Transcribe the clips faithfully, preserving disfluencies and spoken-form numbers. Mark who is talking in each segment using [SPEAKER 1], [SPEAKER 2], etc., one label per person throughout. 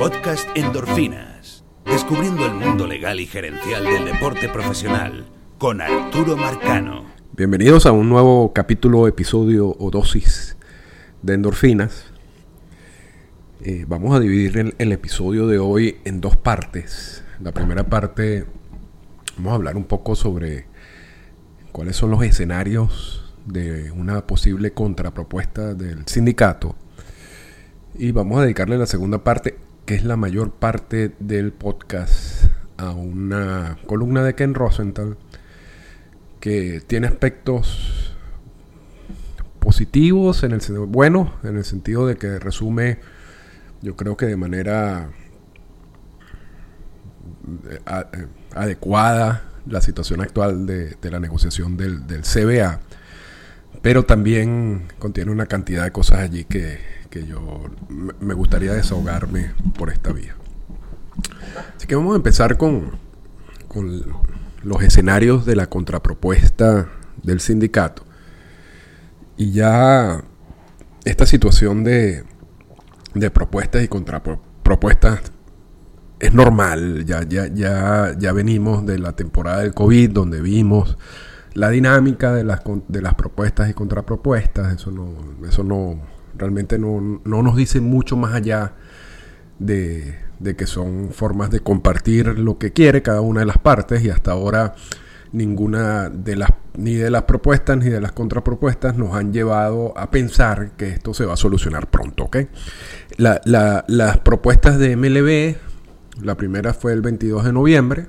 [SPEAKER 1] Podcast Endorfinas. Descubriendo el mundo legal y gerencial del deporte profesional con Arturo Marcano.
[SPEAKER 2] Bienvenidos a un nuevo capítulo, episodio o dosis de Endorfinas. Eh, vamos a dividir el, el episodio de hoy en dos partes. La primera parte, vamos a hablar un poco sobre cuáles son los escenarios de una posible contrapropuesta del sindicato. Y vamos a dedicarle la segunda parte, que es la mayor parte del podcast, a una columna de Ken Rosenthal que tiene aspectos positivos, en el bueno, en el sentido de que resume, yo creo que de manera adecuada la situación actual de, de la negociación del, del C B A, pero también contiene una cantidad de cosas allí que, que yo me gustaría desahogarme por esta vía. Así que vamos a empezar con, con los escenarios de la contrapropuesta del sindicato. Y ya esta situación de, de propuestas y contrapropuestas es normal. Ya, ya, ya, ya venimos de la temporada del COVID, donde vimos la dinámica de las, de las propuestas y contrapropuestas. Eso no, eso no realmente no, no nos dice mucho más allá de, de que son formas de compartir lo que quiere cada una de las partes, y hasta ahora ninguna de las ni de las propuestas ni de las contrapropuestas nos han llevado a pensar que esto se va a solucionar pronto, ¿ok? La, la, las propuestas de M L B, la primera fue el veintidós de noviembre,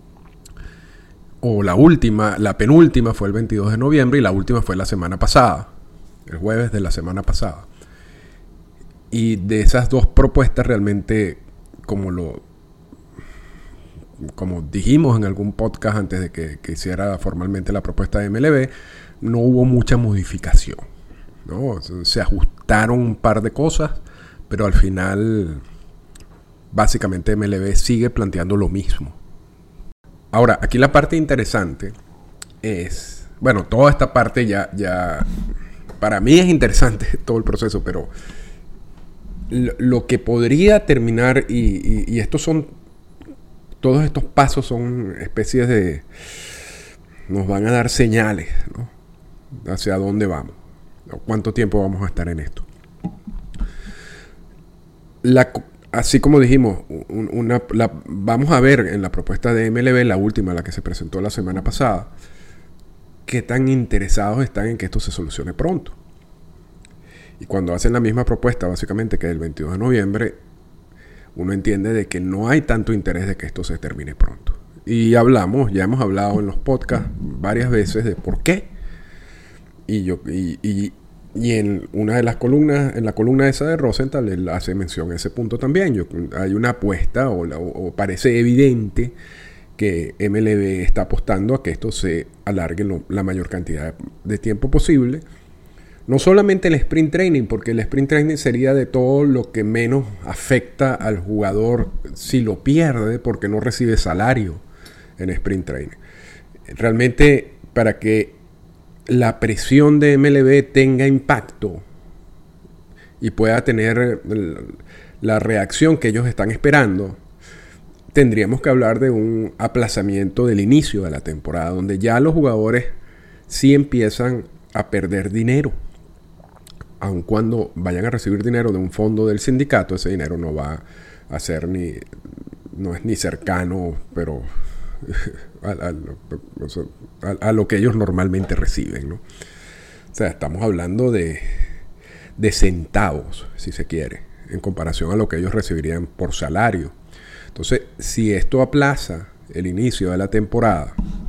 [SPEAKER 2] o la última, la penúltima fue el veintidós de noviembre, y la última fue la semana pasada, el jueves de la semana pasada. Y de esas dos propuestas realmente, como lo como dijimos en algún podcast antes de que, que hiciera formalmente la propuesta de M L B, no hubo mucha modificación, ¿no? Se ajustaron un par de cosas, pero al final básicamente M L B sigue planteando lo mismo. Ahora, aquí la parte interesante es, bueno, toda esta parte ya, ya para mí es interesante todo el proceso, pero lo, lo que podría terminar, y, y, y estos son, todos estos pasos son especies de, nos van a dar señales, ¿no? Hacia dónde vamos, o cuánto tiempo vamos a estar en esto. La Así como dijimos, una, la, vamos a ver en la propuesta de M L B, la última, la que se presentó la semana pasada, qué tan interesados están en que esto se solucione pronto. Y cuando hacen la misma propuesta, básicamente, que es el veintidós de noviembre, uno entiende de que no hay tanto interés de que esto se termine pronto. Y hablamos, ya hemos hablado en los podcasts varias veces de por qué. Y yo y, y Y en una de las columnas, en la columna esa de Rosenthal, él hace mención a ese punto también. Yo, hay una apuesta, o, la, o parece evidente, que M L B está apostando a que esto se alargue lo, la mayor cantidad de tiempo posible. No solamente el sprint training, porque el sprint training sería de todo lo que menos afecta al jugador si lo pierde, porque no recibe salario en sprint training. Realmente, para que la presión de M L B tenga impacto y pueda tener la reacción que ellos están esperando, tendríamos que hablar de un aplazamiento del inicio de la temporada, donde ya los jugadores sí empiezan a perder dinero. Aun cuando vayan a recibir dinero de un fondo del sindicato, ese dinero no va a ser ni, no es ni cercano, pero A, a, a, a lo que ellos normalmente reciben, ¿no? O sea, estamos hablando de, de centavos, si se quiere, en comparación a lo que ellos recibirían por salario. Entonces, si esto aplaza el inicio de la temporada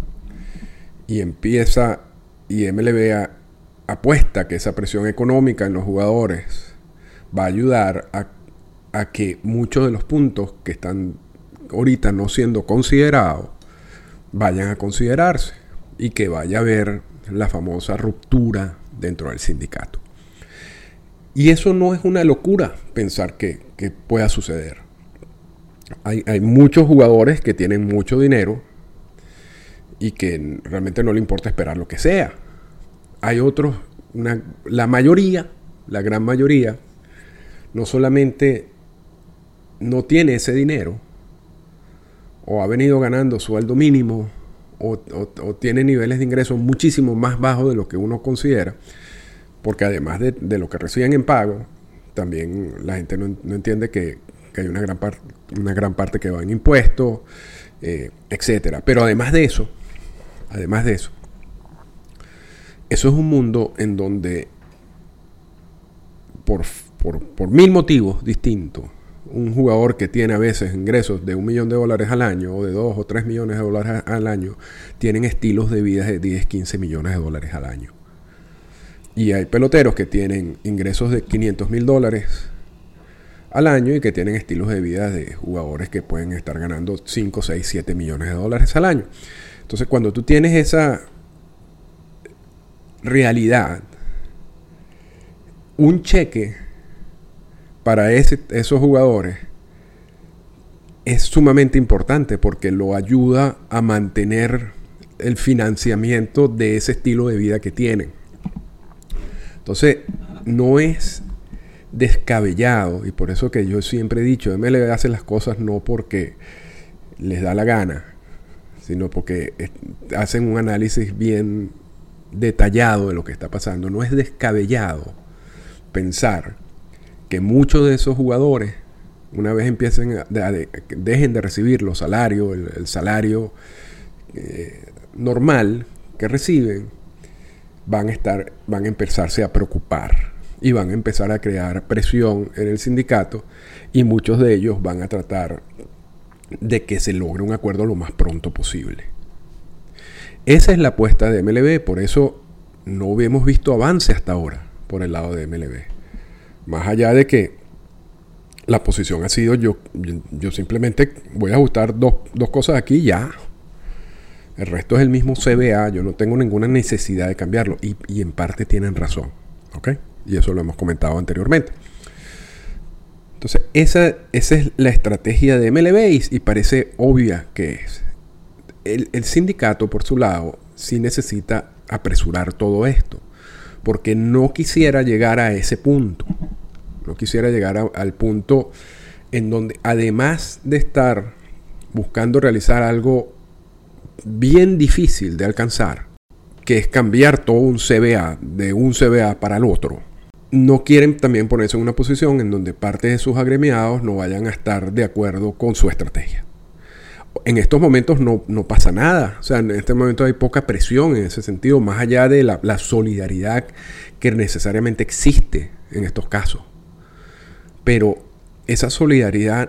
[SPEAKER 2] y empieza, y M L B a, apuesta que esa presión económica en los jugadores va a ayudar a, a que muchos de los puntos que están ahorita no siendo considerados vayan a considerarse, y que vaya a haber la famosa ruptura dentro del sindicato. Y eso no es una locura pensar que, que pueda suceder. Hay, hay muchos jugadores que tienen mucho dinero y que realmente no le importa esperar lo que sea. Hay otros, una, la mayoría, la gran mayoría, no solamente no tiene ese dinero, o ha venido ganando sueldo mínimo, o, o, o tiene niveles de ingresos muchísimo más bajos de lo que uno considera, porque además de, de lo que reciben en pago, también la gente no, no entiende que, que hay una gran, par, una gran parte que va en impuestos, eh, etcétera. Pero además de eso, además de eso, eso es un mundo en donde por, por, por mil motivos distintos, un jugador que tiene a veces ingresos de un millón de dólares al año o de dos o tres millones de dólares al año, tienen estilos de vida de diez, quince millones de dólares al año. Y hay peloteros que tienen ingresos de quinientos mil dólares al año y que tienen estilos de vida de jugadores que pueden estar ganando cinco, seis, siete millones de dólares al año. Entonces, cuando tú tienes esa realidad, un cheque para ese, esos jugadores es sumamente importante porque lo ayuda a mantener el financiamiento de ese estilo de vida que tienen. Entonces, no es descabellado, y por eso que yo siempre he dicho, M L B hace las cosas no porque les da la gana, sino porque hacen un análisis bien detallado de lo que está pasando. No es descabellado pensar que muchos de esos jugadores, una vez empiecen a, a, a dejen de recibir los salarios, el, el salario eh, normal que reciben, van a estar, van a empezarse a preocupar y van a empezar a crear presión en el sindicato, y muchos de ellos van a tratar de que se logre un acuerdo lo más pronto posible. Esa es la apuesta de M L B, por eso no hemos visto avance hasta ahora por el lado de M L B. Más allá de que la posición ha sido, yo, yo, yo simplemente voy a ajustar dos, dos cosas aquí y ya. El resto es el mismo C B A, yo no tengo ninguna necesidad de cambiarlo. Y, y en parte tienen razón, ¿ok? Y eso lo hemos comentado anteriormente. Entonces, esa, esa es la estrategia de M L B y, y parece obvia que es. El, el sindicato, por su lado, sí necesita apresurar todo esto, porque no quisiera llegar a ese punto. No quisiera llegar a, al punto en donde, además de estar buscando realizar algo bien difícil de alcanzar, que es cambiar todo un C B A de un C B A para el otro, no quieren también ponerse en una posición en donde parte de sus agremiados no vayan a estar de acuerdo con su estrategia. En estos momentos no, no pasa nada. O sea, en este momento hay poca presión en ese sentido, más allá de la, la solidaridad que necesariamente existe en estos casos. Pero esa solidaridad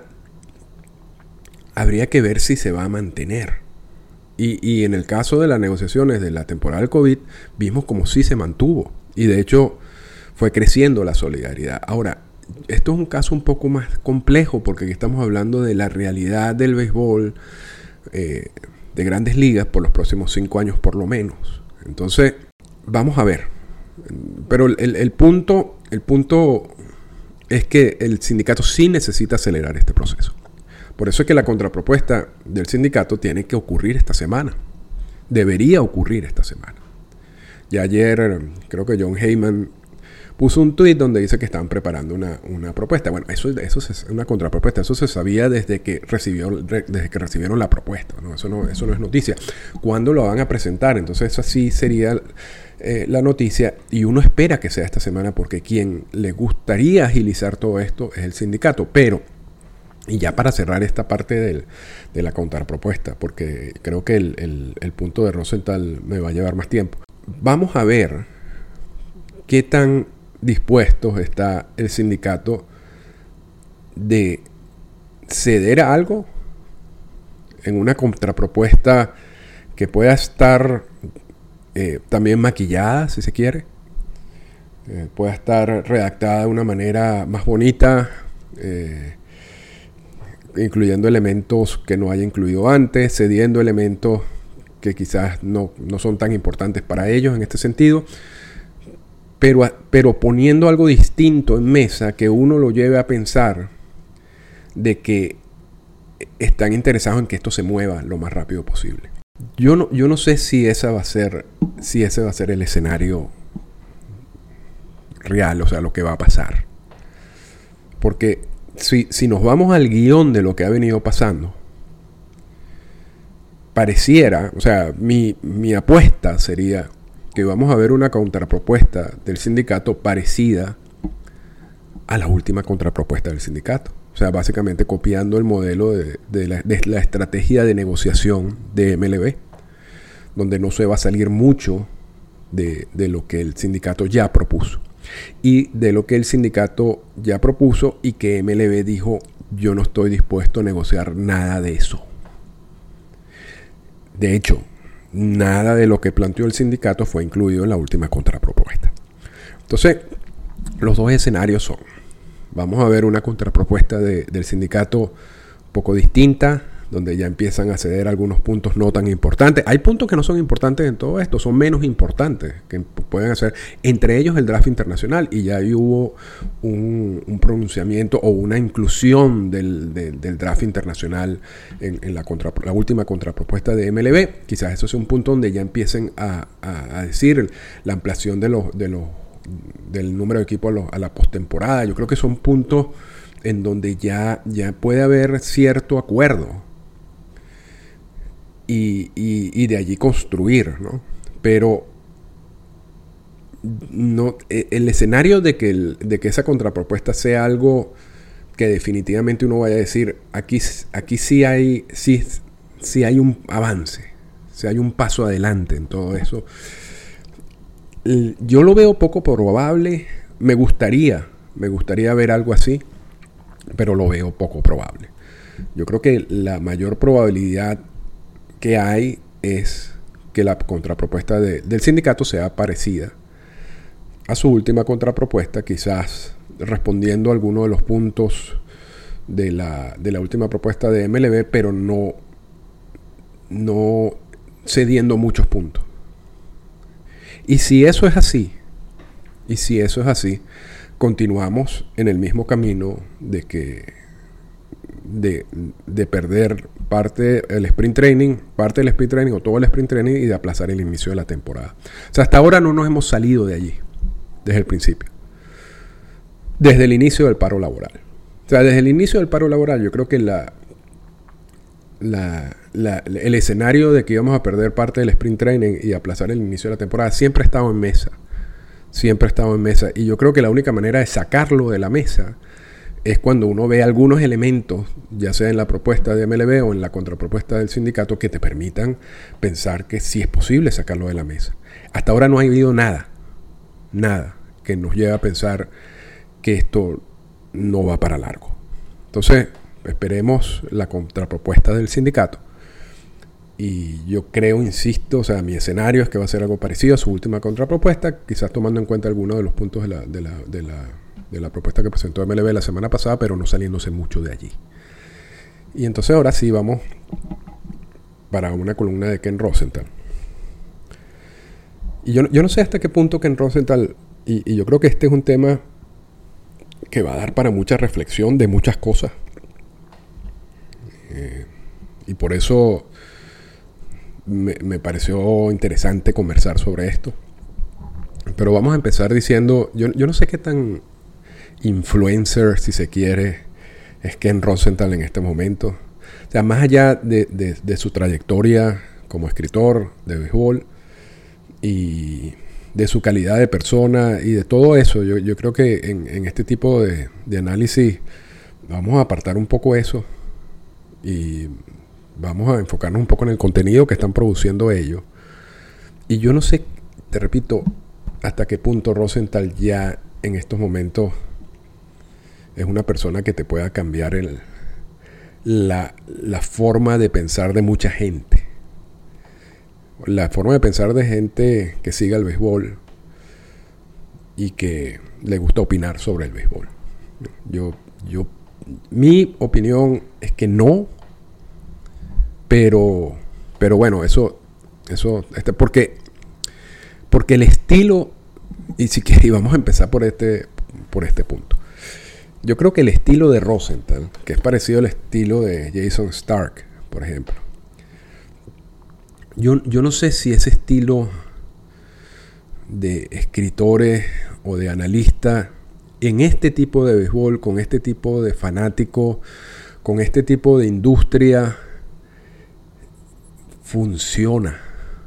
[SPEAKER 2] habría que ver si se va a mantener. Y, y en el caso de las negociaciones de la temporada del COVID, vimos como sí se mantuvo. Y de hecho, fue creciendo la solidaridad. Ahora, esto es un caso un poco más complejo porque aquí estamos hablando de la realidad del béisbol eh, de Grandes Ligas por los próximos cinco años por lo menos. Entonces, vamos a ver. Pero el, el, punto, el punto es que el sindicato sí necesita acelerar este proceso. Por eso es que la contrapropuesta del sindicato tiene que ocurrir esta semana. Debería ocurrir esta semana. Ya ayer creo que Jon Heyman puso un tuit donde dice que estaban preparando una, una propuesta. Bueno, eso, eso es una contrapropuesta. Eso se sabía desde que recibió, desde que recibieron la propuesta, ¿no? Eso no, eso no es noticia. ¿Cuándo lo van a presentar? Entonces esa sí sería eh, la noticia. Y uno espera que sea esta semana porque quien le gustaría agilizar todo esto es el sindicato. Pero, y ya para cerrar esta parte del, de la contrapropuesta, porque creo que el, el, el punto de Rosenthal me va a llevar más tiempo. Vamos a ver qué tan dispuestos está el sindicato de ceder a algo en una contrapropuesta que pueda estar eh, también maquillada, si se quiere, eh, pueda estar redactada de una manera más bonita, eh, incluyendo elementos que no haya incluido antes, cediendo elementos que quizás no, no son tan importantes para ellos en este sentido. Pero, pero poniendo algo distinto en mesa que uno lo lleve a pensar de que están interesados en que esto se mueva lo más rápido posible. Yo no, yo no sé si esa va a ser, si ese va a ser el escenario real, o sea, lo que va a pasar. Porque si, si nos vamos al guión de lo que ha venido pasando, pareciera, o sea, mi, mi apuesta sería que vamos a ver una contrapropuesta del sindicato parecida a la última contrapropuesta del sindicato. O sea, básicamente copiando el modelo de, de, la, de la estrategia de negociación de M L B, donde no se va a salir mucho de, de lo que el sindicato ya propuso. Y de lo que el sindicato ya propuso y que M L B dijo, yo no estoy dispuesto a negociar nada de eso. De hecho, nada de lo que planteó el sindicato fue incluido en la última contrapropuesta. Entonces, los dos escenarios son: vamos a ver una contrapropuesta de, del sindicato un poco distinta, donde ya empiezan a ceder algunos puntos no tan importantes. Hay puntos que no son importantes en todo esto, son menos importantes que pueden hacer, entre ellos el draft internacional, y ya ahí hubo un, un pronunciamiento o una inclusión del, del, del draft internacional en, en la, contra, la última contrapropuesta de M L B. Quizás eso sea un punto donde ya empiecen a, a, a decir la ampliación de los, de los, del número de equipos a, los, a la postemporada. Yo creo que son puntos en donde ya, ya puede haber cierto acuerdo. Y, y, y de allí construir, ¿no? Pero no, el escenario de que, el, de que esa contrapropuesta sea algo que definitivamente uno vaya a decir, aquí, aquí sí hay, sí, sí hay un avance, sí hay un paso adelante en todo eso. Yo lo veo poco probable. Me gustaría, me gustaría ver algo así, pero lo veo poco probable. Yo creo que la mayor probabilidad que hay es que la contrapropuesta de, del sindicato sea parecida a su última contrapropuesta, quizás respondiendo a algunos de los puntos de la, de la última propuesta de M L B, pero no, no cediendo muchos puntos. Y si eso es así, y si eso es así, continuamos en el mismo camino de que De, de perder parte del sprint training, parte del sprint training o todo el sprint training, y de aplazar el inicio de la temporada. O sea, hasta ahora no nos hemos salido de allí, desde el principio. Desde el inicio del paro laboral. O sea, desde el inicio del paro laboral, yo creo que la, la, la, el escenario de que íbamos a perder parte del sprint training y aplazar el inicio de la temporada siempre ha estado en mesa. Siempre ha estado en mesa. Y yo creo que la única manera de sacarlo de la mesa es cuando uno ve algunos elementos, ya sea en la propuesta de M L B o en la contrapropuesta del sindicato, que te permitan pensar que sí es posible sacarlo de la mesa. Hasta ahora no ha habido nada, nada que nos lleve a pensar que esto no va para largo. Entonces, esperemos la contrapropuesta del sindicato. Y yo creo, insisto, o sea, mi escenario es que va a ser algo parecido a su última contrapropuesta, quizás tomando en cuenta algunos de los puntos de la, de la, de la de la propuesta que presentó M L B la semana pasada, pero no saliéndose mucho de allí. Y entonces ahora sí vamos para una columna de Ken Rosenthal. Y yo, yo no sé hasta qué punto Ken Rosenthal, y, y yo creo que este es un tema que va a dar para mucha reflexión de muchas cosas. Eh, y por eso me, me pareció interesante conversar sobre esto. Pero vamos a empezar diciendo, yo, yo no sé qué tan influencer, si se quiere, es Ken Rosenthal en este momento. O sea, más allá de, de, de su trayectoria como escritor de béisbol y de su calidad de persona y de todo eso, yo, yo creo que en, en este tipo de, de análisis vamos a apartar un poco eso y vamos a enfocarnos un poco en el contenido que están produciendo ellos. Y yo no sé, te repito, hasta qué punto Rosenthal ya en estos momentos es una persona que te pueda cambiar el, la, la forma de pensar de mucha gente. La forma de pensar de gente que siga el béisbol y que le gusta opinar sobre el béisbol. Yo, yo, mi opinión es que no, pero, pero bueno, eso, eso, este, porque, porque el estilo, y si quieres, vamos a empezar por este, por este punto. Yo creo que el estilo de Rosenthal, que es parecido al estilo de Jayson Stark, por ejemplo, yo, yo no sé si ese estilo de escritores o de analistas en este tipo de béisbol, con este tipo de fanáticos, con este tipo de industria, funciona.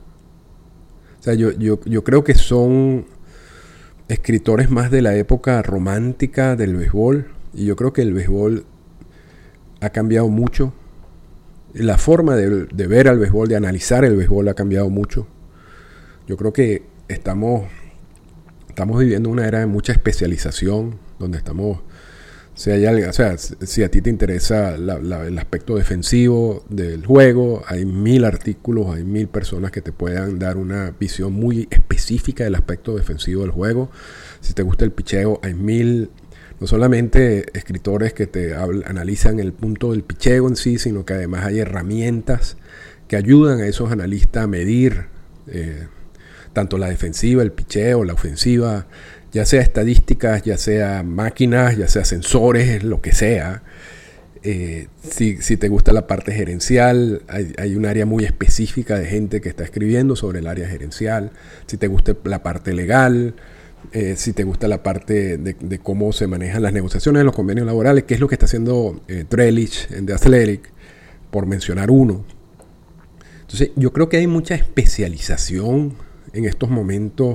[SPEAKER 2] O sea, yo, yo, yo creo que son escritores más de la época romántica del béisbol, y yo creo que el béisbol ha cambiado mucho. La forma de, de ver al béisbol, de analizar el béisbol ha cambiado mucho. Yo creo que estamos, estamos viviendo una era de mucha especialización, donde estamos, si hay algo, o sea, si a ti te interesa la, la, el aspecto defensivo del juego, hay mil artículos, hay mil personas que te puedan dar una visión muy específica del aspecto defensivo del juego. Si te gusta el picheo, hay mil, no solamente escritores que te hablan, analizan el punto del picheo en sí, sino que además hay herramientas que ayudan a esos analistas a medir eh, tanto la defensiva, el picheo, la ofensiva, ya sea estadísticas, ya sea máquinas, ya sea sensores, lo que sea. Eh, si, si te gusta la parte gerencial, hay, hay un área muy específica de gente que está escribiendo sobre el área gerencial. Si te gusta la parte legal, eh, si te gusta la parte de, de cómo se manejan las negociaciones de los convenios laborales, que es lo que está haciendo eh, Drellich en The Athletic, por mencionar uno. Entonces, yo creo que hay mucha especialización en estos momentos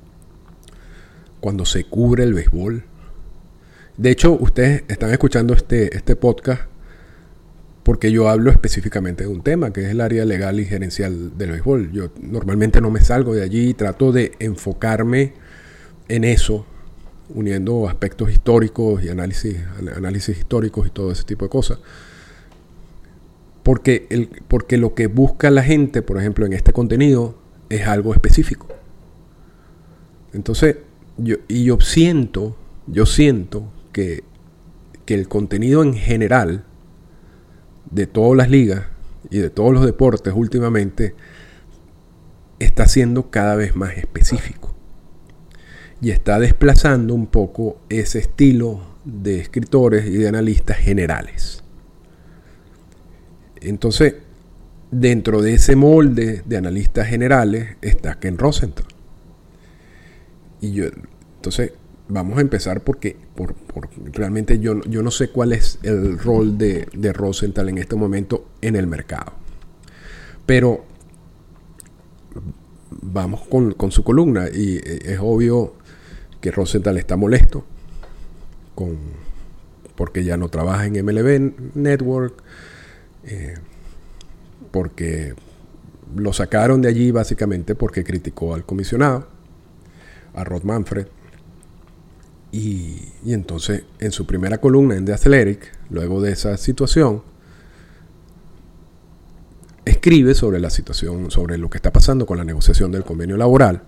[SPEAKER 2] cuando se cubre el béisbol. De hecho, ustedes están escuchando este, este podcast porque yo hablo específicamente de un tema, que es el área legal y gerencial del béisbol. Yo normalmente no me salgo de allí y trato de enfocarme en eso, uniendo aspectos históricos y análisis, análisis históricos y todo ese tipo de cosas. Porque, el, porque lo que busca la gente, por ejemplo, en este contenido, es algo específico. Entonces, yo, y yo siento, yo siento que, que el contenido en general de todas las ligas y de todos los deportes últimamente está siendo cada vez más específico y está desplazando un poco ese estilo de escritores y de analistas generales. Entonces, dentro de ese molde de analistas generales está Ken Rosenthal. Y yo, entonces, vamos a empezar porque por, por, realmente yo, yo no sé cuál es el rol de, de Rosenthal en este momento en el mercado. Pero vamos con, con su columna, y es obvio que Rosenthal está molesto con, porque ya no trabaja en M L B Network, eh, porque lo sacaron de allí básicamente porque criticó al comisionado, a Rob Manfred. Y, y entonces en su primera columna en The Athletic, luego de esa situación, escribe sobre la situación, sobre lo que está pasando con la negociación del convenio laboral,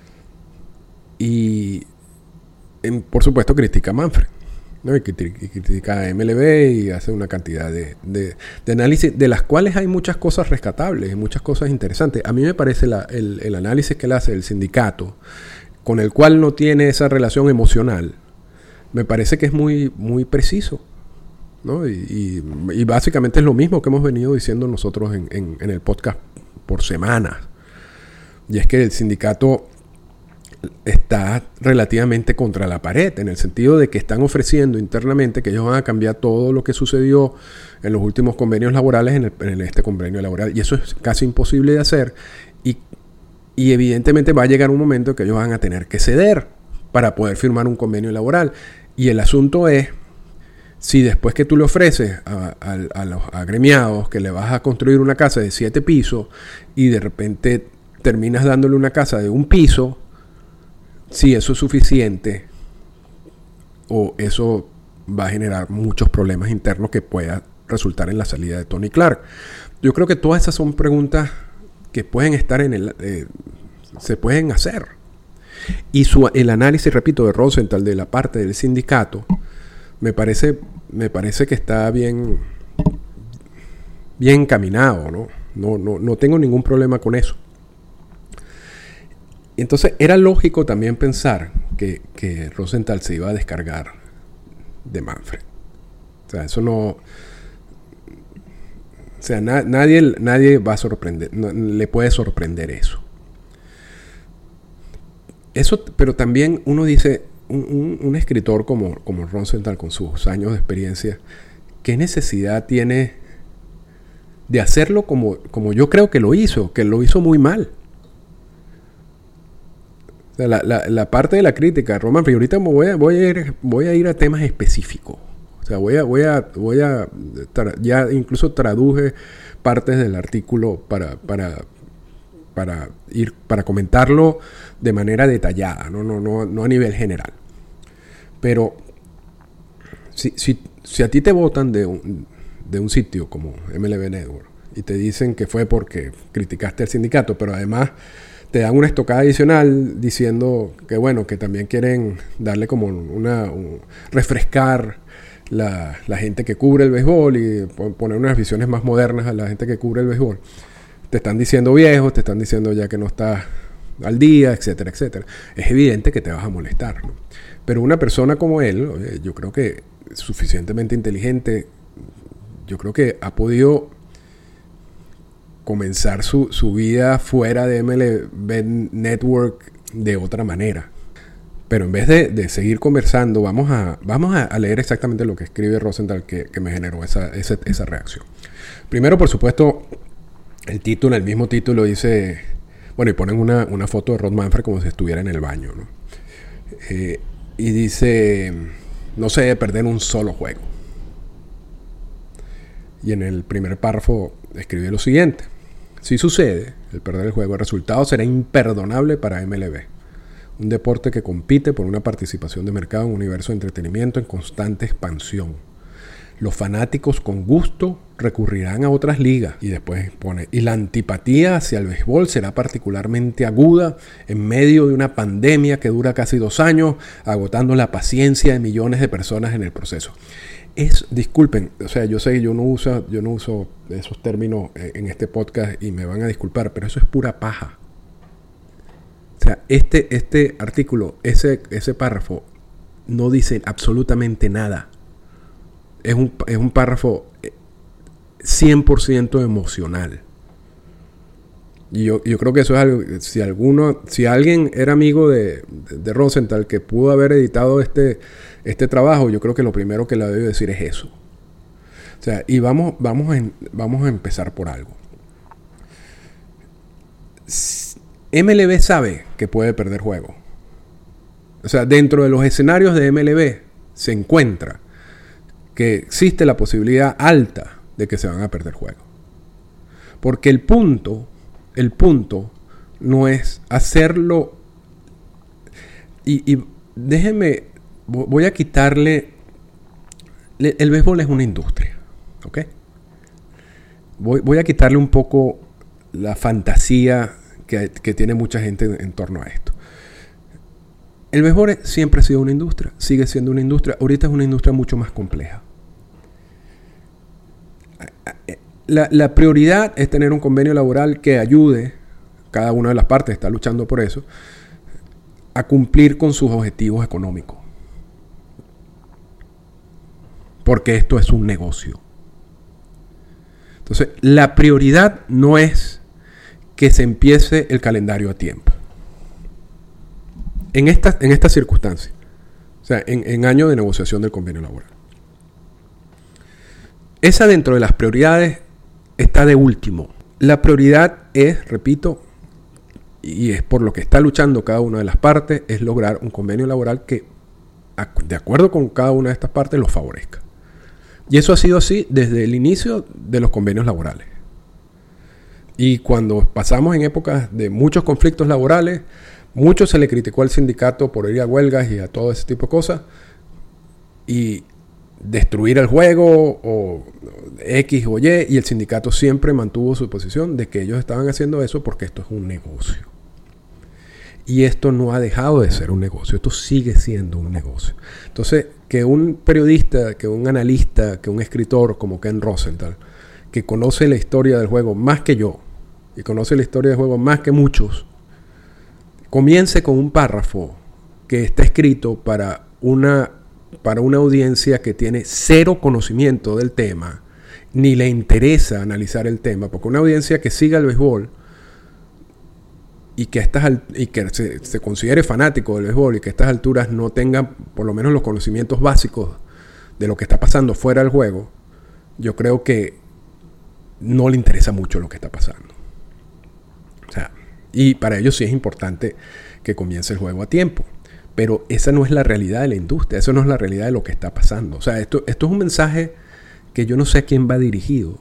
[SPEAKER 2] y en, por supuesto critica a Manfred, ¿no? Y critica a M L B y hace una cantidad de, de, de análisis, de las cuales hay muchas cosas rescatables y muchas cosas interesantes. A mí me parece la, el, el análisis que él hace del sindicato, con el cual no tiene esa relación emocional, me parece que es muy, muy preciso, ¿no? Y, y, y básicamente es lo mismo que hemos venido diciendo nosotros en, en, en el podcast por semanas. Y es que el sindicato está relativamente contra la pared, en el sentido de que están ofreciendo internamente que ellos van a cambiar todo lo que sucedió en los últimos convenios laborales en, el, en este convenio laboral. Y eso es casi imposible de hacer. Y Y evidentemente va a llegar un momento que ellos van a tener que ceder para poder firmar un convenio laboral. Y el asunto es, si después que tú le ofreces a, a, a los agremiados que le vas a construir una casa de siete pisos y de repente terminas dándole una casa de un piso, si eso es suficiente o eso va a generar muchos problemas internos que pueda resultar en la salida de Tony Clark. Yo creo que todas esas son preguntas que pueden estar en el, eh, se pueden hacer. Y su, el análisis, repito, de Rosenthal de la parte del sindicato, me parece, me parece que está bien, bien encaminado, ¿no? No, no, no tengo ningún problema con eso. Entonces, era lógico también pensar que, que Rosenthal se iba a descargar de Manfred. O sea, eso no... O sea, na, nadie, nadie va a sorprender, no, le puede sorprender eso. Eso, pero también uno dice, un, un, un escritor como, como Rosenthal, con sus años de experiencia, ¿qué necesidad tiene de hacerlo como, como yo creo que lo hizo? Que lo hizo muy mal. O sea, la, la, la parte de la crítica, Roman, pero ahorita me voy a, voy, a ir, voy a ir a temas específicos. O sea, voy a, voy a, voy a, tra- ya incluso traduje partes del artículo para, para, para ir, para comentarlo de manera detallada, no, no, no, no a nivel general. Pero si, si, si a ti te botan de un, de un sitio como M L B Network y te dicen que fue porque criticaste al sindicato, pero además te dan una estocada adicional diciendo que bueno, que también quieren darle como una, un, refrescar la, la gente que cubre el béisbol y poner unas visiones más modernas a la gente que cubre el béisbol. Te están diciendo viejo, te están diciendo ya que no estás al día, etcétera, etcétera. Es evidente que te vas a molestar, ¿no? Pero una persona como él, oye, yo creo que suficientemente inteligente, yo creo que ha podido comenzar su, su vida fuera de M L B Network de otra manera. Pero en vez de, de seguir conversando, vamos a, vamos a, a leer exactamente lo que escribe Rosenthal que, que me generó esa, esa, esa reacción. Primero, por supuesto, el título, el mismo título dice, bueno, y ponen una, una foto de Rob Manfred como si estuviera en el baño, ¿no? Eh, y dice, no se debe perder un solo juego. Y en el primer párrafo escribe lo siguiente: si sucede el perder el juego, el resultado será imperdonable para M L B, un deporte que compite por una participación de mercado en un universo de entretenimiento en constante expansión. Los fanáticos con gusto recurrirán a otras ligas. Y después pone, y la antipatía hacia el béisbol será particularmente aguda en medio de una pandemia que dura casi dos años, agotando la paciencia de millones de personas en el proceso. Es, disculpen, o sea, yo sé que yo no uso, yo no uso esos términos en este podcast y me van a disculpar, pero eso es pura paja. O sea, este, este artículo, ese, ese párrafo, no dice absolutamente nada. Es un, es un párrafo cien por ciento emocional. Y yo, yo creo que eso es algo, si alguno, si alguien era amigo de, de, de Rosenthal que pudo haber editado este, este trabajo, yo creo que lo primero que le debo decir es eso. O sea, y vamos, vamos, a, vamos a empezar por algo. M L B sabe que puede perder juego. O sea, dentro de los escenarios de M L B se encuentra que existe la posibilidad alta de que se van a perder juegos. Porque el punto, el punto no es hacerlo. Y, y déjenme, voy a quitarle. El béisbol es una industria, ¿ok? Voy, voy a quitarle un poco la fantasía que, que tiene mucha gente en, en torno a esto. El béisbol siempre ha sido una industria, sigue siendo una industria. Ahorita es una industria mucho más compleja. La, la prioridad es tener un convenio laboral que ayude, cada una de las partes está luchando por eso, a cumplir con sus objetivos económicos. Porque esto es un negocio. Entonces, la prioridad no es que se empiece el calendario a tiempo. En esta, en esta circunstancia, o sea, en, en año de negociación del convenio laboral. Esa dentro de las prioridades está de último. La prioridad es, repito, y es por lo que está luchando cada una de las partes, es lograr un convenio laboral que, de acuerdo con cada una de estas partes, los favorezca. Y eso ha sido así desde el inicio de los convenios laborales. Y cuando pasamos en épocas de muchos conflictos laborales, mucho se le criticó al sindicato por ir a huelgas y a todo ese tipo de cosas. Y destruir el juego o X o Y, y el sindicato siempre mantuvo su posición de que ellos estaban haciendo eso porque esto es un negocio. Y esto no ha dejado de ser un negocio, esto sigue siendo un negocio. Entonces, que un periodista, que un analista, que un escritor como Ken Rosenthal, que conoce la historia del juego más que yo, y conoce la historia del juego más que muchos, comience con un párrafo que está escrito para una para una audiencia que tiene cero conocimiento del tema, ni le interesa analizar el tema, porque una audiencia que siga el béisbol y que, estas, y que se, se considere fanático del béisbol y que a estas alturas no tenga por lo menos los conocimientos básicos de lo que está pasando fuera del juego, yo creo que no le interesa mucho lo que está pasando. O sea, y para ellos sí es importante que comience el juego a tiempo. Pero esa no es la realidad de la industria, eso no es la realidad de lo que está pasando. O sea, esto, esto es un mensaje que yo no sé a quién va dirigido.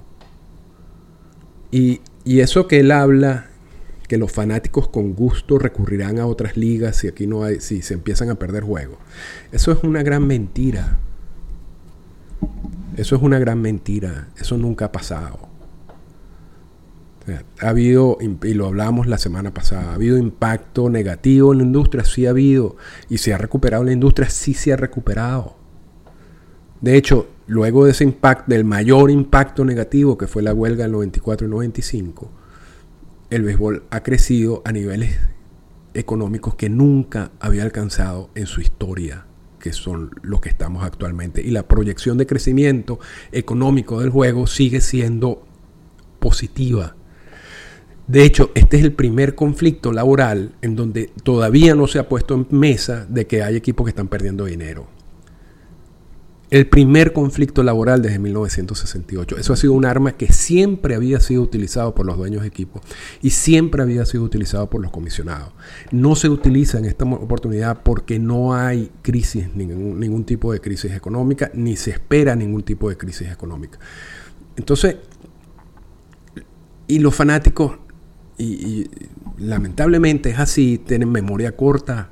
[SPEAKER 2] Y, y eso que él habla, que los fanáticos con gusto recurrirán a otras ligas si aquí no hay, si se empiezan a perder juegos. Eso es una gran mentira. Eso es una gran mentira. Eso nunca ha pasado. O sea, ha habido, y lo hablamos la semana pasada, ha habido impacto negativo en la industria, sí ha habido. Y se ha recuperado la industria, sí se ha recuperado. De hecho, luego de ese impacto, del mayor impacto negativo que fue la huelga del noventa y cuatro y noventa y cinco, el béisbol ha crecido a niveles económicos que nunca había alcanzado en su historia, que son los que estamos actualmente. Y la proyección de crecimiento económico del juego sigue siendo positiva. De hecho, este es el primer conflicto laboral en donde todavía no se ha puesto en mesa de que hay equipos que están perdiendo dinero. El primer conflicto laboral desde mil novecientos sesenta y ocho. Eso ha sido un arma que siempre había sido utilizado por los dueños de equipos y siempre había sido utilizado por los comisionados. No se utiliza en esta oportunidad porque no hay crisis, ningún, ningún tipo de crisis económica, ni se espera ningún tipo de crisis económica. Entonces, y los fanáticos, y, y lamentablemente es así, tienen memoria corta.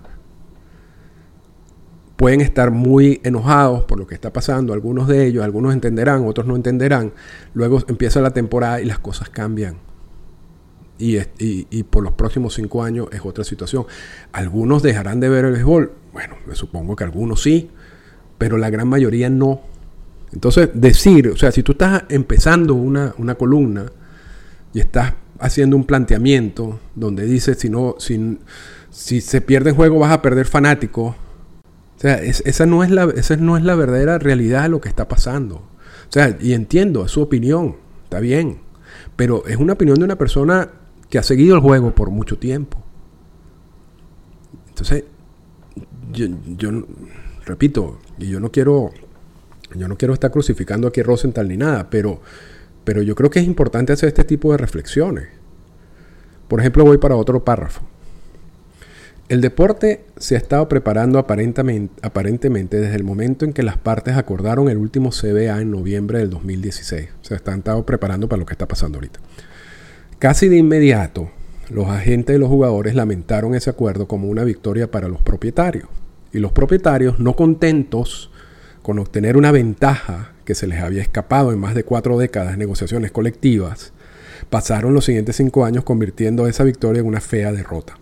[SPEAKER 2] Pueden estar muy enojados por lo que está pasando, algunos de ellos, algunos entenderán, otros no entenderán. Luego empieza la temporada y las cosas cambian. Y, y, y por los próximos cinco años es otra situación. Algunos dejarán de ver el béisbol. Bueno, me supongo que algunos sí, pero la gran mayoría no. Entonces, decir, o sea, si tú estás empezando una, una columna y estás haciendo un planteamiento donde dices, si, no, si, si se pierde el juego vas a perder fanáticos. O sea, es, esa, no es la, esa no es la verdadera realidad de lo que está pasando. O sea, y entiendo, es su opinión, está bien. Pero es una opinión de una persona que ha seguido el juego por mucho tiempo. Entonces, yo, yo repito, y yo no quiero, yo no quiero estar crucificando aquí a Rosenthal ni nada, pero, pero yo creo que es importante hacer este tipo de reflexiones. Por ejemplo, voy para otro párrafo. El deporte se ha estado preparando aparentemente, aparentemente desde el momento en que las partes acordaron el último C B A en noviembre del dos mil dieciséis. Se están estado preparando para lo que está pasando ahorita. Casi de inmediato, los agentes de los jugadores lamentaron ese acuerdo como una victoria para los propietarios. Y los propietarios, no contentos con obtener una ventaja que se les había escapado en más de cuatro décadas de negociaciones colectivas, pasaron los siguientes cinco años convirtiendo esa victoria en una fea derrota.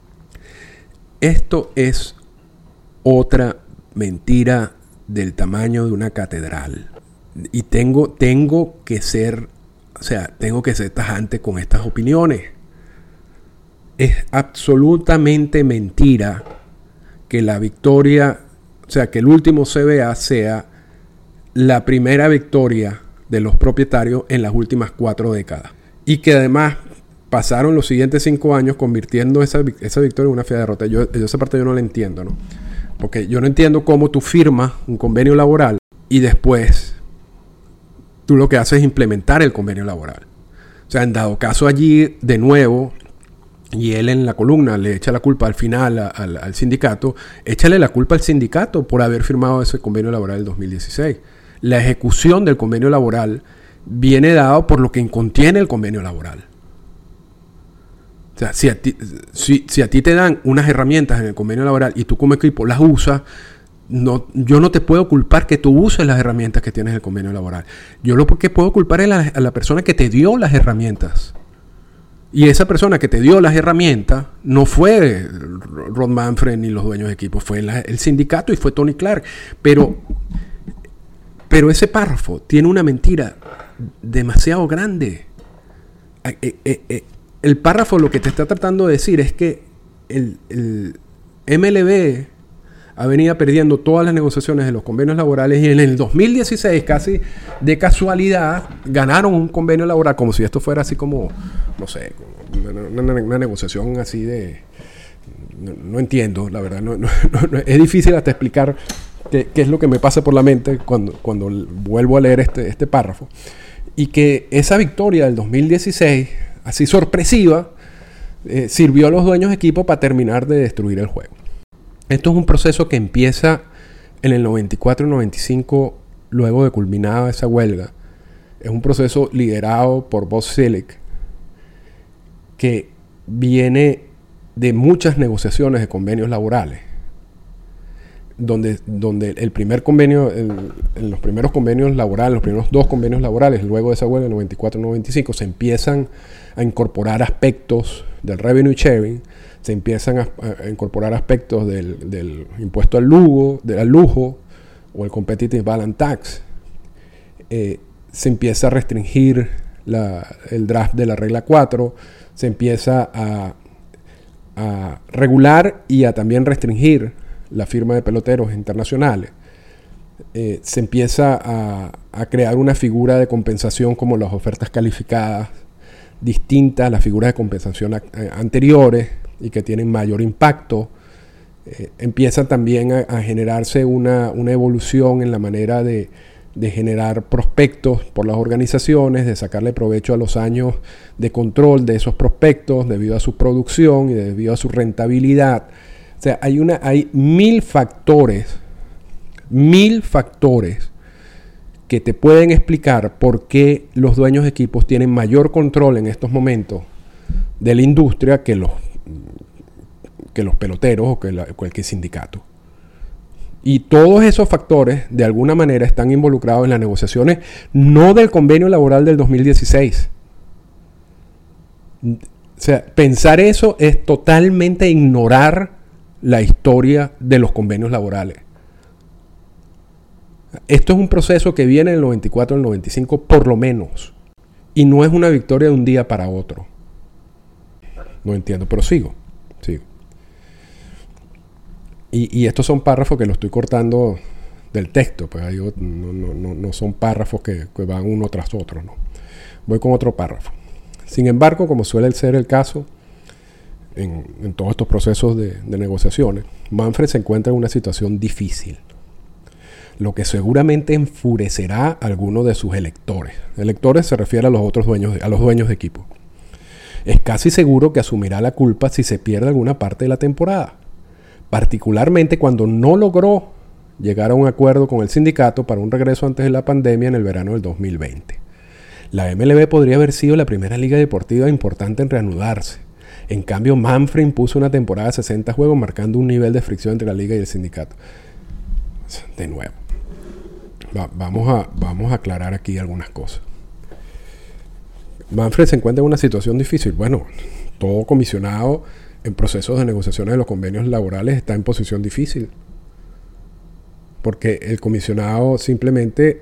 [SPEAKER 2] Esto es otra mentira del tamaño de una catedral. Y tengo, tengo que ser, o sea, tengo que ser tajante con estas opiniones. Es absolutamente mentira que la victoria, o sea, que el último C B A sea la primera victoria de los propietarios en las últimas cuatro décadas. Y que además pasaron los siguientes cinco años convirtiendo esa, esa victoria en una fea derrota. Yo, yo esa parte yo no la entiendo, ¿no? Porque yo no entiendo cómo tú firmas un convenio laboral y después tú lo que haces es implementar el convenio laboral. O sea, en dado caso allí, de nuevo, y él en la columna le echa la culpa al final a, al, al sindicato, échale la culpa al sindicato por haber firmado ese convenio laboral del dos mil dieciséis. La ejecución del convenio laboral viene dado por lo que contiene el convenio laboral. O sea, si a, ti, si, si a ti te dan unas herramientas en el convenio laboral y tú como equipo las usas, no, yo no te puedo culpar que tú uses las herramientas que tienes en el convenio laboral. Yo lo que puedo culpar es la, a la persona que te dio las herramientas. Y esa persona que te dio las herramientas no fue Rob Manfred ni los dueños de equipo, fue la, el sindicato y fue Tony Clark. Pero, pero ese párrafo tiene una mentira demasiado grande. Eh, eh, eh, El párrafo lo que te está tratando de decir es que el, el M L B ha venido perdiendo todas las negociaciones de los convenios laborales y en el dos mil dieciséis, casi de casualidad, ganaron un convenio laboral como si esto fuera así como, no sé, como una, una, una negociación así de... No, no entiendo, la verdad. No, no, no, es difícil hasta explicar qué, qué es lo que me pasa por la mente cuando, cuando vuelvo a leer este, este párrafo. Y que esa victoria del dos mil dieciséis, así sorpresiva, eh, sirvió a los dueños de equipo para terminar de destruir el juego. Esto es un proceso que empieza en el noventa y cuatro y noventa y cinco, luego de culminada esa huelga. Es un proceso liderado por Bud Selig, que viene de muchas negociaciones de convenios laborales, donde, donde el primer convenio, el, en los primeros convenios laborales, los primeros dos convenios laborales, luego de esa huelga, noventa y cuatro y noventa y cinco, se empiezan a incorporar aspectos del revenue sharing, se empiezan a, a incorporar aspectos del, del impuesto al lujo, del al lujo o el competitive balance tax. Eh, se empieza a restringir la, el draft de la regla cuatro, se empieza a, a regular y a también restringir la firma de peloteros internacionales. Eh, se empieza a, a crear una figura de compensación como las ofertas calificadas, distintas a las figuras de compensación a, a, anteriores y que tienen mayor impacto. Eh, empieza también a, a generarse una, una evolución en la manera de, de generar prospectos por las organizaciones, de sacarle provecho a los años de control de esos prospectos debido a su producción y debido a su rentabilidad. O sea, hay, una, hay mil factores, mil factores que te pueden explicar por qué los dueños de equipos tienen mayor control en estos momentos de la industria que los, que los peloteros o que la, cualquier sindicato. Y todos esos factores, de alguna manera, están involucrados en las negociaciones, no del convenio laboral del dos mil dieciséis. O sea, pensar eso es totalmente ignorar la historia de los convenios laborales. Esto es un proceso que viene en el noventa y cuatro, en el noventa y cinco, por lo menos. Y no es una victoria de un día para otro. No entiendo, pero sigo. Sigo. Y, y estos son párrafos que lo estoy cortando del texto, pues ahí no, no, no, no son párrafos que, que van uno tras otro, ¿no? Voy con otro párrafo. Sin embargo, como suele ser el caso en, en todos estos procesos de, de negociaciones, Manfred se encuentra en una situación difícil, lo que seguramente enfurecerá a algunos de sus electores. Electores se refiere a los otros dueños, de, a los dueños de equipo. Es casi seguro que asumirá la culpa si se pierde alguna parte de la temporada, particularmente cuando no logró llegar a un acuerdo con el sindicato para un regreso antes de la pandemia en el verano del dos mil veinte. La M L B podría haber sido la primera liga deportiva importante en reanudarse. En cambio, Manfred impuso una temporada de sesenta juegos, marcando un nivel de fricción entre la liga y el sindicato. De nuevo, va, vamos, a, vamos a aclarar aquí algunas cosas. Manfred se encuentra en una situación difícil. Bueno, todo comisionado en procesos de negociaciones de los convenios laborales está en posición difícil, porque el comisionado simplemente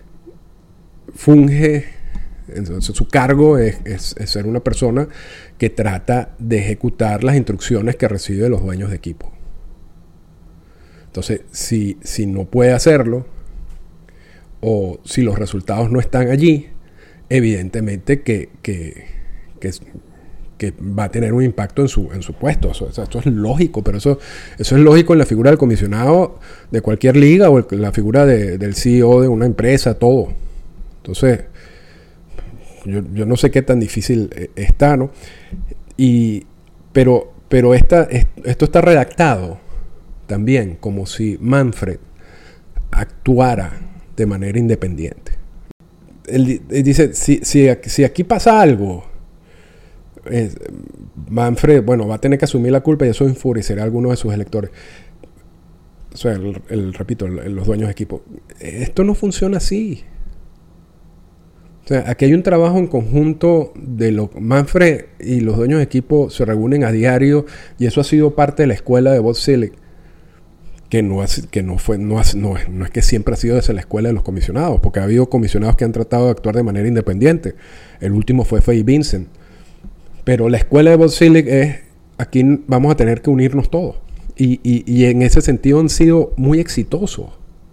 [SPEAKER 2] funge, entonces su cargo es, es, es ser una persona que trata de ejecutar las instrucciones que recibe de los dueños de equipo. Entonces, si, si no puede hacerlo, o si los resultados no están allí, evidentemente que, que, que, que va a tener un impacto en su, en su puesto. Eso, eso, esto es lógico, pero eso, eso es lógico en la figura del comisionado de cualquier liga o en la figura de, del C E O de una empresa, todo. Entonces, yo, yo no sé qué tan difícil está, ¿no? Y, pero pero esta, esto está redactado también como si Manfred actuara de manera independiente. Él, él dice, si, si, si aquí pasa algo, eh, Manfred, bueno, va a tener que asumir la culpa y eso enfurecerá a algunos de sus electores. O sea, el, el, repito, el, los dueños de equipo. Esto no funciona así. O sea, aquí hay un trabajo en conjunto de los Manfred y los dueños de equipo se reúnen a diario y eso ha sido parte de la escuela de Bud Selig, que no es, que no fue, no es, no es, no es que siempre ha sido desde la escuela de los comisionados, porque ha habido comisionados que han tratado de actuar de manera independiente. El último fue Faye Vincent. Pero la escuela de Bud Selig es, aquí vamos a tener que unirnos todos. Y, y, y en ese sentido han sido muy exitosos.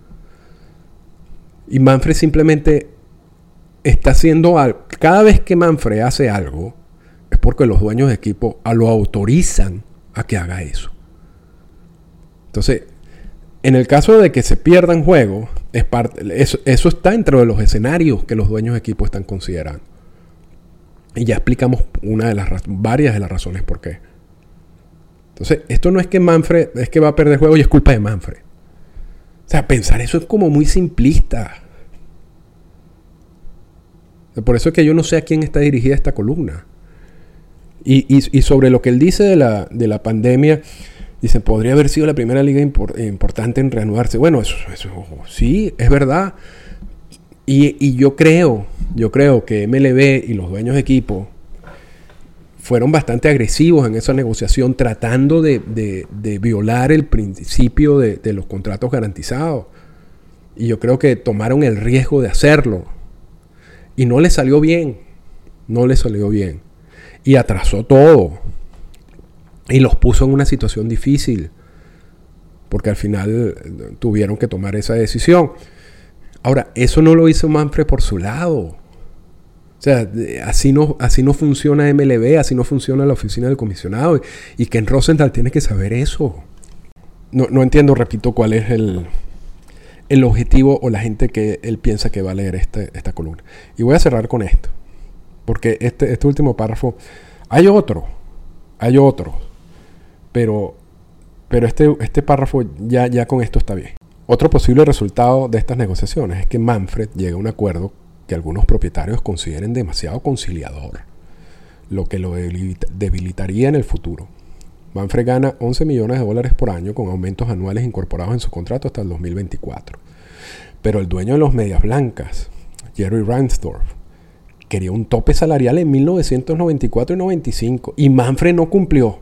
[SPEAKER 2] Y Manfred simplemente está haciendo algo. Cada vez que Manfred hace algo, es es porque los dueños de equipo lo autorizan a que haga eso. Entonces, en el caso de que se pierdan juegos, es parte, eso, eso está dentro de los escenarios que los dueños de equipo están considerando. Y ya explicamos una de las varias de las razones por qué. Entonces, esto no es que Manfred es que va a perder juego y es culpa de Manfred. O sea, pensar eso es como muy simplista. Por eso es que yo no sé a quién está dirigida esta columna. Y, y, y sobre lo que él dice de la, de la pandemia, dice, podría haber sido la primera liga impor, importante en reanudarse. Bueno, eso, eso sí, es verdad. Y, y yo creo, yo creo que M L B y los dueños de equipo fueron bastante agresivos en esa negociación, tratando de, de, de violar el principio de, de los contratos garantizados. Y yo creo que tomaron el riesgo de hacerlo. Y no les salió bien. No les salió bien. Y atrasó todo. Y los puso en una situación difícil. Porque al final tuvieron que tomar esa decisión. Ahora, eso no lo hizo Manfred por su lado. O sea, así no, así no funciona M L B, así no funciona la oficina del comisionado. Y Ken Rosenthal tiene que saber eso. No, no entiendo, repito, cuál es el, el objetivo o la gente que él piensa que va a leer este, esta columna. Y voy a cerrar con esto. Porque este, este último párrafo, hay otro, hay otro. Pero, pero este, este párrafo ya, ya con esto está bien. Otro posible resultado de estas negociaciones es que Manfred llega a un acuerdo que algunos propietarios consideren demasiado conciliador, lo que lo debilitaría en el futuro. Manfred gana once millones de dólares por año con aumentos anuales incorporados en su contrato hasta el dos mil veinticuatro. Pero el dueño de los Medias Blancas, Jerry Reinsdorf, quería un tope salarial en mil novecientos noventa y cuatro y noventa y cinco y Manfred no cumplió.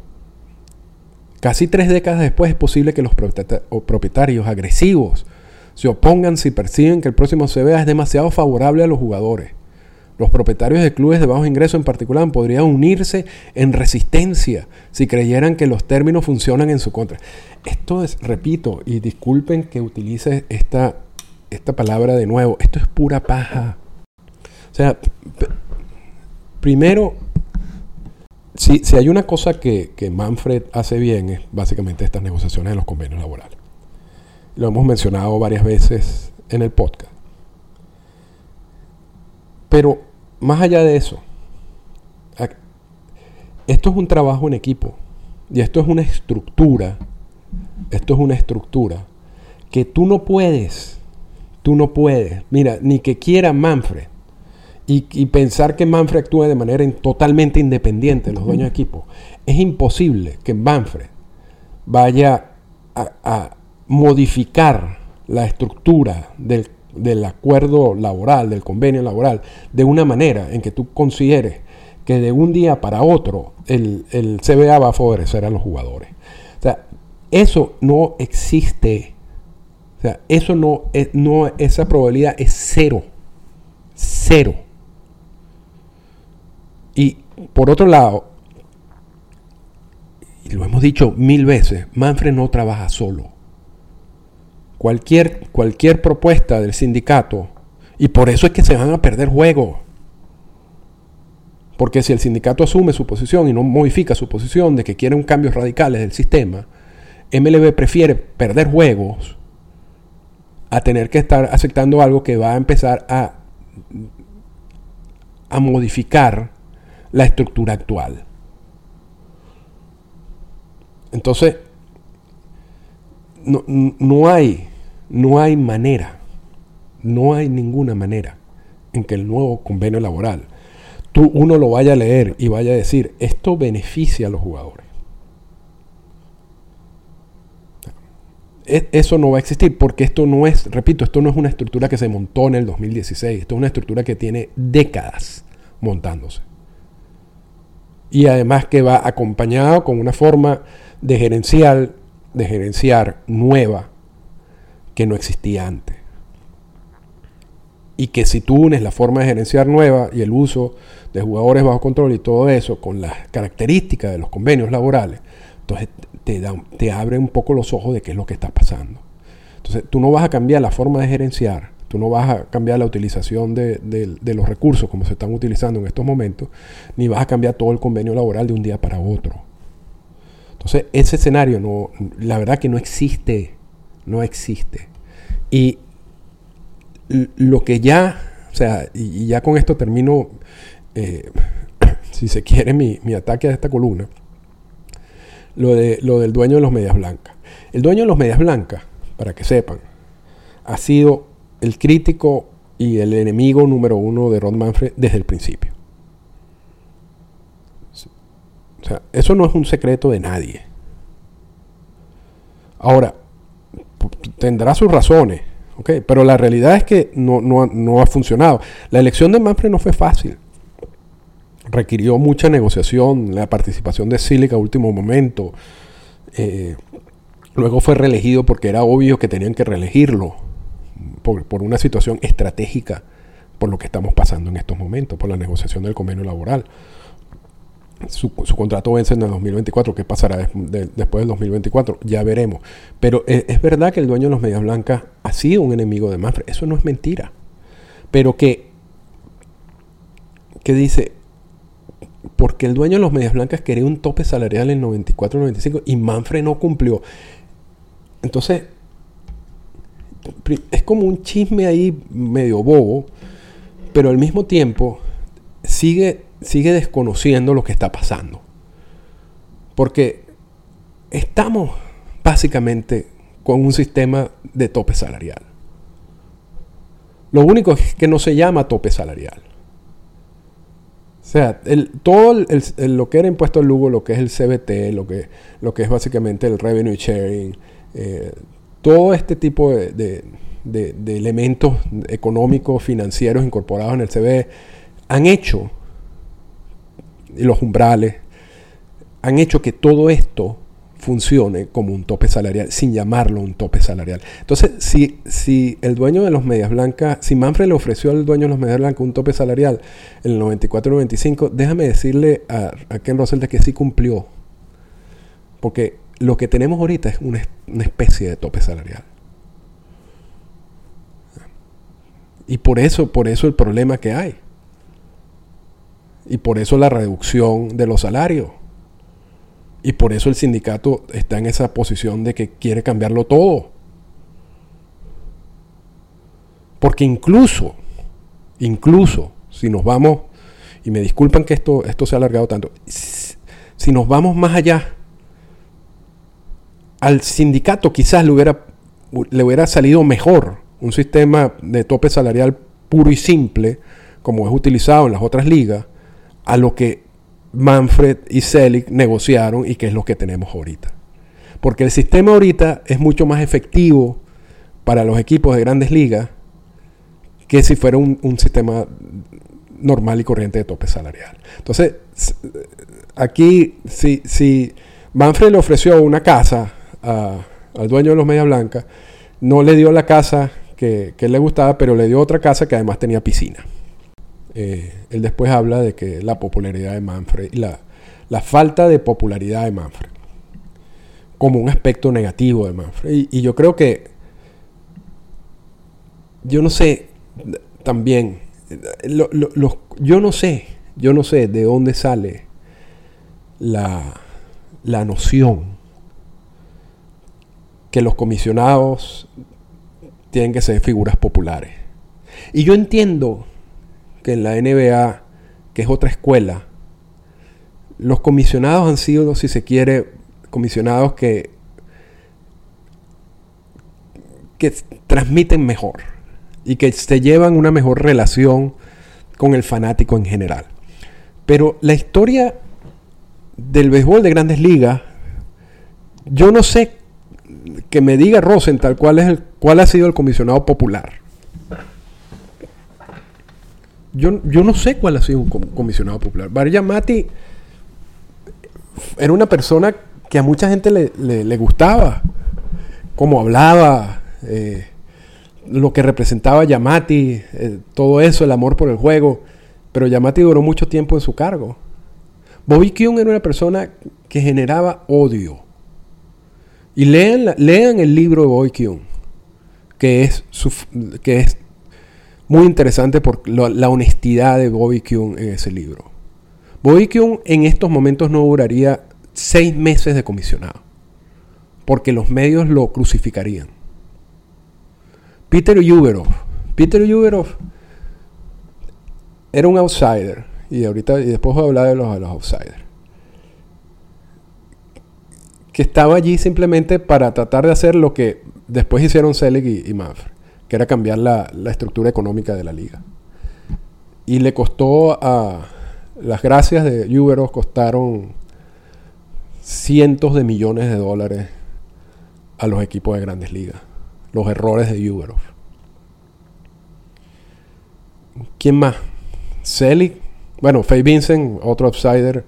[SPEAKER 2] Casi tres décadas después es posible que los propietarios agresivos se opongan si perciben que el próximo C B A es demasiado favorable a los jugadores. Los propietarios de clubes de bajos ingresos en particular podrían unirse en resistencia si creyeran que los términos funcionan en su contra. Esto es, repito, y disculpen que utilice esta, esta palabra de nuevo, esto es pura paja. O sea, p- primero, si, si hay una cosa que, que Manfred hace bien es básicamente estas negociaciones de los convenios laborales. Lo hemos mencionado varias veces en el podcast. Pero más allá de eso, esto es un trabajo en equipo. Y esto es una estructura. Esto es una estructura que tú no puedes. Tú no puedes. Mira, ni que quiera Manfred. Y, y pensar que Manfred actúe de manera in, totalmente independiente de los dueños de equipo. Es imposible que Manfred vaya a... a modificar la estructura del, del acuerdo laboral, del convenio laboral, de una manera en que tú consideres que de un día para otro el, el C B A va a favorecer a los jugadores. O sea, eso no existe. O sea, eso no es, no, esa probabilidad es cero. Cero. Y por otro lado, y lo hemos dicho mil veces, Manfred no trabaja solo. Cualquier, cualquier propuesta del sindicato, y por eso es que se van a perder juegos. Porque si el sindicato asume su posición y no modifica su posición de que quiere un cambios radicales del sistema, M L B prefiere perder juegos a tener que estar aceptando algo que va a empezar a, a modificar la estructura actual. Entonces, No, no hay, no hay manera, no hay ninguna manera en que el nuevo convenio laboral, tú uno lo vaya a leer y vaya a decir, esto beneficia a los jugadores. Eso no va a existir porque esto no es, repito, esto no es una estructura que se montó en el dos mil dieciséis, esto es una estructura que tiene décadas montándose. Y además que va acompañado con una forma de gerencial de gerenciar nueva que no existía antes. Y que si tú unes la forma de gerenciar nueva y el uso de jugadores bajo control y todo eso con las características de los convenios laborales, entonces te, da, te abre un poco los ojos de qué es lo que está pasando. Entonces tú no vas a cambiar la forma de gerenciar, Tú no vas a cambiar la utilización de, de, de los recursos como se están utilizando en estos momentos, ni vas a cambiar todo el convenio laboral de un día para otro. Entonces, ese escenario, no, la verdad que no existe. No existe. Y lo que ya, o sea, y, y ya con esto termino, eh, si se quiere, mi, mi ataque a esta columna, lo, de, lo del dueño de los Medias Blancas. El dueño de los Medias Blancas, para que sepan, ha sido el crítico y el enemigo número uno de Rob Manfred desde el principio. O sea, eso no es un secreto de nadie. Ahora, tendrá sus razones, ¿okay? Pero la realidad es que no, no, no ha funcionado. La elección de Manfred no fue fácil. Requirió mucha negociación, la participación de Silic a último momento. Eh, luego fue reelegido porque era obvio que tenían que reelegirlo por, por una situación estratégica, por lo que estamos pasando en estos momentos, por la negociación del convenio laboral. Su, su contrato vence en el dos mil veinticuatro. ¿Qué pasará de, de, después del dos mil veinticuatro? Ya veremos. Pero es, es verdad que el dueño de los Medias Blancas ha sido un enemigo de Manfred. Eso no es mentira. Pero que, que dice, porque el dueño de los Medias Blancas quería un tope salarial en noventa y cuatro noventa y cinco y Manfred no cumplió. Entonces, es como un chisme ahí medio bobo, pero al mismo tiempo sigue... sigue desconociendo lo que está pasando. Porque estamos básicamente con un sistema de tope salarial. Lo único es que no se llama tope salarial. O sea, el, todo el, el, el, lo que era impuesto al lujo, lo que es el C B T, lo que, lo que es básicamente el revenue sharing, eh, todo este tipo de, de, de, de elementos económicos, financieros incorporados en el C B han hecho, y los umbrales, han hecho que todo esto funcione como un tope salarial, sin llamarlo un tope salarial. Entonces, si, si el dueño de los Medias Blancas, si Manfred le ofreció al dueño de los Medias Blancas un tope salarial en el noventa y cuatro noventa y cinco, déjame decirle a, a Ken Russell de que sí cumplió. Porque lo que tenemos ahorita es una, una especie de tope salarial. Y por eso, por eso el problema que hay. Y por eso la reducción de los salarios. Y por eso el sindicato está en esa posición de que quiere cambiarlo todo. Porque incluso, incluso, si nos vamos, y me disculpan que esto, esto se ha alargado tanto, si nos vamos más allá, al sindicato quizás le hubiera, le hubiera salido mejor un sistema de tope salarial puro y simple, como es utilizado en las otras ligas, a lo que Manfred y Selig negociaron y que es lo que tenemos ahorita. Porque el sistema ahorita es mucho más efectivo para los equipos de grandes ligas que si fuera un, un sistema normal y corriente de tope salarial. Entonces, aquí, si, si Manfred le ofreció una casa a, al dueño de los Medias Blancas, no le dio la casa que, que le gustaba, pero le dio otra casa que además tenía piscina. Eh, él después habla de que la popularidad de Manfred, la, la falta de popularidad de Manfred, como un aspecto negativo de Manfred. Y, y yo creo que, yo no sé, también, lo, lo, lo, yo no sé, yo no sé de dónde sale la, la noción que los comisionados tienen que ser figuras populares. Y yo entiendo que en la N B A, que es otra escuela, los comisionados han sido, si se quiere, comisionados que, que transmiten mejor y que se llevan una mejor relación con el fanático en general. Pero la historia del béisbol de Grandes Ligas, yo no sé, que me diga Rosenthal cuál es el, cuál ha sido el comisionado popular. Yo, yo no sé cuál ha sido un comisionado popular. Barry Giamatti era una persona que a mucha gente le, le, le gustaba, cómo hablaba, eh, lo que representaba Giamatti, eh, todo eso, el amor por el juego. Pero Giamatti duró mucho tiempo en su cargo. Bobby Kuhn era una persona que generaba odio. Y lean, lean el libro de Bobby Kuhn, que es, su, que es muy interesante por lo, la honestidad de Bobby Kuhn en ese libro. Bobby Kuhn en estos momentos no duraría seis meses de comisionado, porque los medios lo crucificarían. Peter Ueberroth. Peter Ueberroth era un outsider, y ahorita y después voy a hablar de los, de los outsiders, que estaba allí simplemente para tratar de hacer lo que después hicieron Selig y, y Manfred, que era cambiar la, la estructura económica de la liga. Y le costó a... Las gracias de Ueberroth costaron cientos de millones de dólares a los equipos de Grandes Ligas. Los errores de Ueberroth. ¿Quién más? Selig. Bueno, Fay Vincent, otro outsider.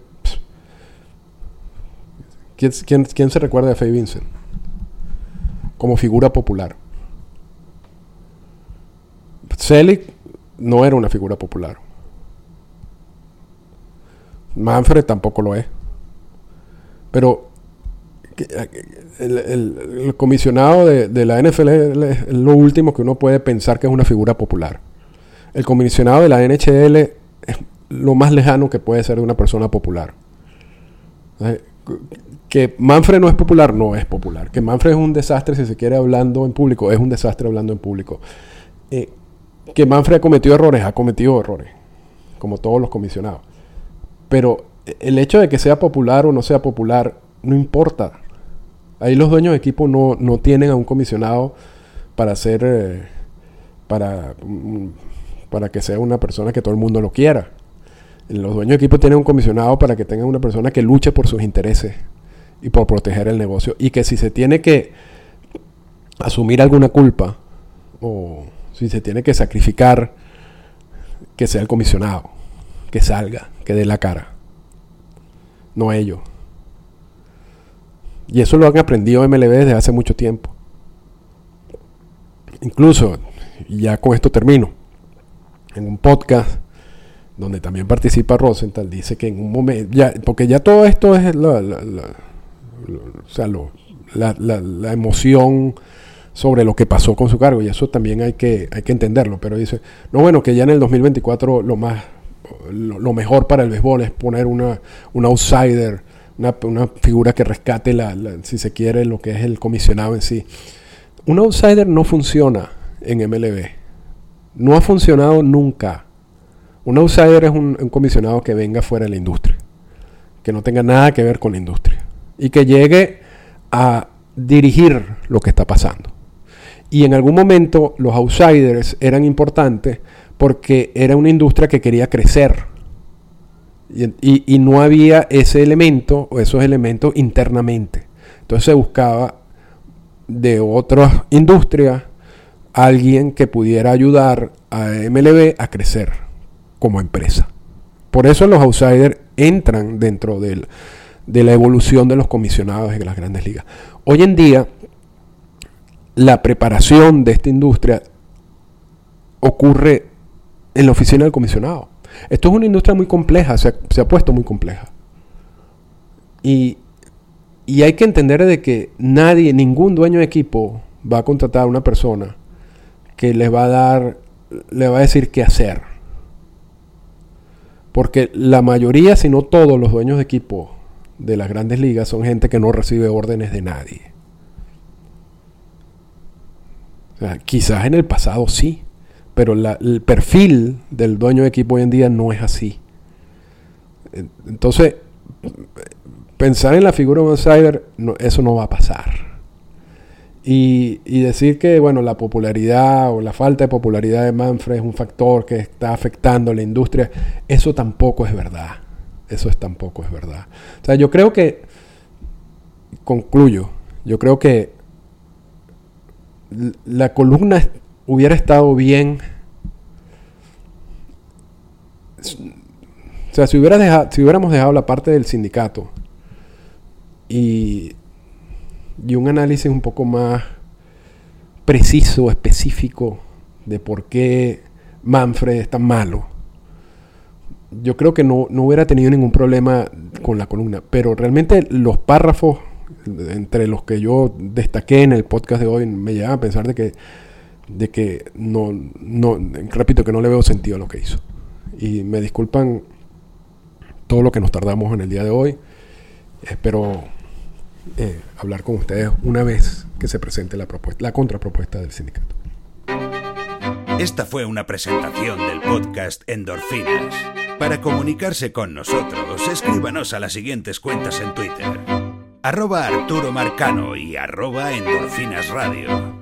[SPEAKER 2] ¿Quién, quién, quién se recuerda de Fay Vincent? Como figura popular. Selig no era una figura popular. Manfred tampoco lo es. Pero el, el, el comisionado de, de la N F L es lo último que uno puede pensar que es una figura popular. El comisionado de la N H L es lo más lejano que puede ser de una persona popular. Que Manfred no es popular, no es popular. Que Manfred es un desastre si se quiere hablando en público, es un desastre hablando en público. Eh, que Manfred ha cometido errores, ha cometido errores, como todos los comisionados. Pero el hecho de que sea popular o no sea popular, no importa. Ahí los dueños de equipo no, no tienen a un comisionado para hacer, eh, para, para que sea una persona que todo el mundo lo quiera. Los dueños de equipo tienen un comisionado para que tengan una persona que luche por sus intereses y por proteger el negocio. Y que si se tiene que asumir alguna culpa o si se tiene que sacrificar, que sea el comisionado, que salga, que dé la cara, no ellos. Y eso lo han aprendido M L B desde hace mucho tiempo. Incluso, y ya con esto termino, en un podcast donde también participa Rosenthal, dice que en un momento, ya, porque ya todo esto es la, la, la, la, o sea, lo, la, la, la emoción sobre lo que pasó con su cargo, y eso también hay que, hay que entenderlo, pero dice, no, bueno, que ya en el dos mil veinticuatro lo más lo, lo mejor para el béisbol es poner una, un outsider, una, una figura que rescate, la, la, si se quiere, lo que es el comisionado en sí. Un outsider no funciona en M L B. No ha funcionado nunca. Un outsider es un, un comisionado que venga fuera de la industria, que no tenga nada que ver con la industria y que llegue a dirigir lo que está pasando. Y en algún momento los outsiders eran importantes porque era una industria que quería crecer y, y, y no había ese elemento o esos elementos internamente. Entonces se buscaba de otras industrias alguien que pudiera ayudar a M L B a crecer como empresa. Por eso los outsiders entran dentro del, de la evolución de los comisionados de las grandes ligas. Hoy en día, la preparación de esta industria ocurre en la oficina del comisionado. Esto es una industria muy compleja, se ha, se ha puesto muy compleja. Y, y hay que entender de que nadie, ningún dueño de equipo va a contratar a una persona que les va a dar, le va a decir qué hacer. Porque la mayoría, si no todos los dueños de equipo de las grandes ligas son gente que no recibe órdenes de nadie. O sea, quizás en el pasado sí, pero la, el perfil del dueño de equipo hoy en día no es así. Entonces, pensar en la figura de un outsider, no, eso no va a pasar. Y, y decir que, bueno, la popularidad o la falta de popularidad de Manfred es un factor que está afectando a la industria, eso tampoco es verdad. Eso es, tampoco es verdad. O sea, yo creo que, concluyo, yo creo que la columna hubiera estado bien. O sea, si, hubiera dejado, si hubiéramos dejado la parte del sindicato y, y un análisis un poco más preciso, específico de por qué Manfred es tan malo, yo creo que no, no hubiera tenido ningún problema con la columna. Pero realmente los párrafos entre los que yo destaqué en el podcast de hoy me llevan a pensar de que de que no, no, repito que no le veo sentido a lo que hizo. Y me disculpan todo lo que nos tardamos en el día de hoy. Espero eh, hablar con ustedes una vez que se presente la propuesta, la contrapropuesta del sindicato.
[SPEAKER 1] Esta fue una presentación del podcast Endorfinas. Para comunicarse con nosotros, escríbanos a las siguientes cuentas en Twitter: arroba Arturo Marcano y arroba Endorfinas Radio.